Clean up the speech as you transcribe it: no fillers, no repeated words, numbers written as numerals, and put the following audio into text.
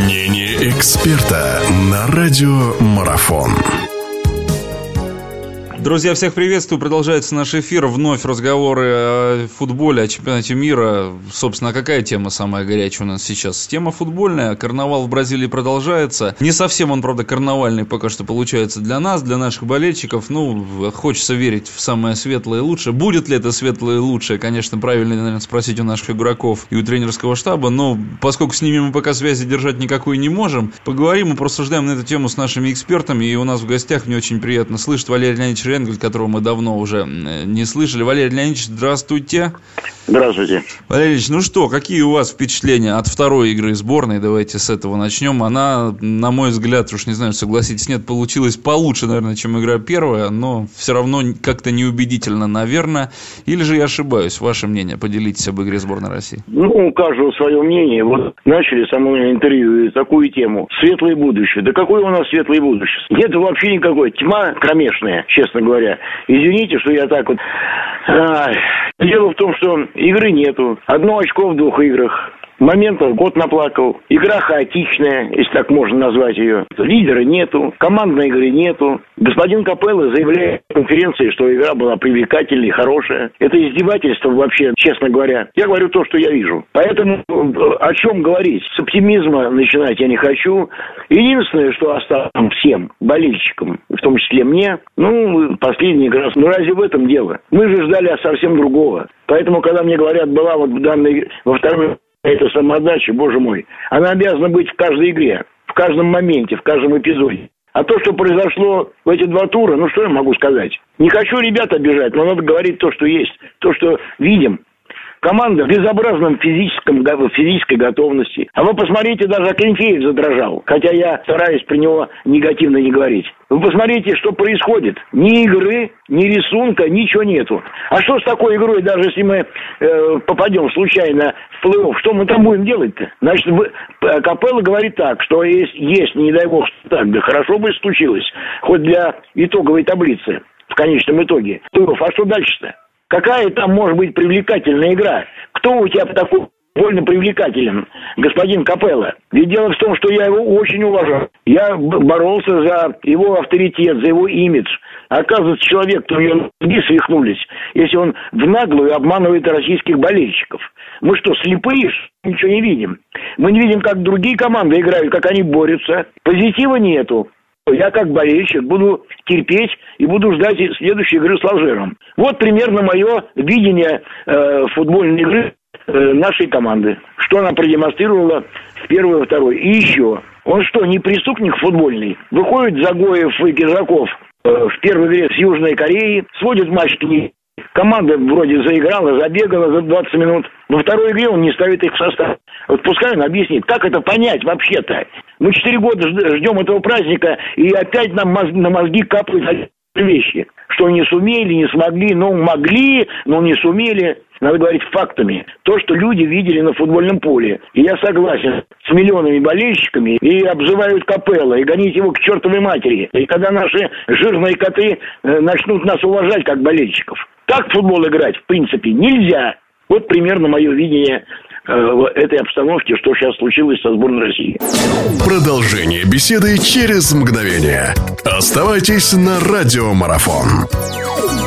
Мнение эксперта на радио Марафон. Друзья, всех приветствую. Продолжается наш эфир. Вновь разговоры о футболе, о чемпионате мира. Собственно, какая тема самая горячая у нас сейчас? Тема футбольная. Карнавал в Бразилии продолжается. Не совсем он, правда, карнавальный пока что получается для нас, для наших болельщиков. Хочется верить в самое светлое и лучшее. Будет ли это светлое и лучшее? Конечно, правильно, наверное, спросить у наших игроков и у тренерского штаба. Но поскольку с ними мы пока связи держать никакой не можем, поговорим и порассуждаем на эту тему с нашими экспертами. И у нас в гостях, мне очень приятно слышать, Валерий Леонидович Ренгель, которого мы давно уже не слышали. Валерий Леонидович, здравствуйте. Здравствуйте. Валерий Леонидович, какие у вас впечатления от второй игры сборной? Давайте с этого начнем. Она, на мой взгляд, уж не знаю, согласитесь, нет, получилась получше, наверное, чем игра первая, но все равно как-то неубедительно, наверное. Или же я ошибаюсь? Ваше мнение, поделитесь об игре сборной России. У каждого свое мнение. Вот начали со мной интервью такую тему. Светлое будущее. Да какое у нас светлое будущее? Нет вообще никакой. Тьма кромешная, честно говоря. Извините, что я так вот... Дело в том, что игры нету. 1 очко в 2 играх. Моментов год наплакал. Игра хаотичная, если так можно назвать ее. Лидера нету, командной игры нету. Господин Капелло заявляет на конференции, что игра была привлекательной, хорошая. Это издевательство вообще, честно говоря. Я говорю то, что я вижу. Поэтому о чем говорить? С оптимизма начинать я не хочу. Единственное, что осталось всем болельщикам, в том числе мне, последняя игра. Разве в этом дело? Мы же ждали совсем другого. Поэтому, когда мне говорят, была вот в данной, во второй... Это самоотдача, боже мой. Она обязана быть в каждой игре, в каждом моменте, в каждом эпизоде. А то, что произошло в эти 2 тура, что я могу сказать? Не хочу ребят обижать, но надо говорить то, что есть, то, что видим. Команда в безобразном физической готовности. А вы посмотрите, даже Акинфеев задрожал. Хотя я стараюсь при него негативно не говорить. Вы посмотрите, что происходит. Ни игры, ни рисунка, ничего нету. А что с такой игрой, даже если мы попадем случайно в плей-офф, что мы там будем делать-то? Значит, Капелло говорит так, что есть, не дай бог, так, да хорошо бы случилось. Хоть для итоговой таблицы, в конечном итоге. А что дальше-то? Какая там может быть привлекательная игра? Кто у тебя такой довольно привлекателен, господин Капелло? Ведь дело в том, что я его очень уважаю. Я боролся за его авторитет, за его имидж. Оказывается, человек, то у него мозги свихнулись, если он в наглую обманывает российских болельщиков. Мы что, слепые? Ничего не видим. Мы не видим, как другие команды играют, как они борются. Позитива нету. Я как болельщик буду терпеть и буду ждать следующей игры с Алжиром. Вот примерно мое видение футбольной игры нашей команды. Что она продемонстрировала в первой и во второй. И еще. Он что, не преступник футбольный? Выходит Загоев и Киржаков в первой игре с Южной Кореей, сводит матч к ней. Команда вроде заиграла, забегала за 20 минут. Во второй игре он не ставит их в состав. Вот пускай он объяснит, как это понять вообще-то. Мы 4 года ждем этого праздника, и опять нам на мозги капают вещи. Что не сумели, не смогли, могли, но не сумели. Надо говорить фактами. То, что люди видели на футбольном поле. И я согласен с миллионами болельщиками. И обзывают Капелло, и гонить его к чертовой матери. И когда наши жирные коты начнут нас уважать как болельщиков. Так в футбол играть, в принципе, нельзя. Вот примерно мое видение этой обстановки, что сейчас случилось со сборной России. Продолжение беседы через мгновение. Оставайтесь на радио Марафон.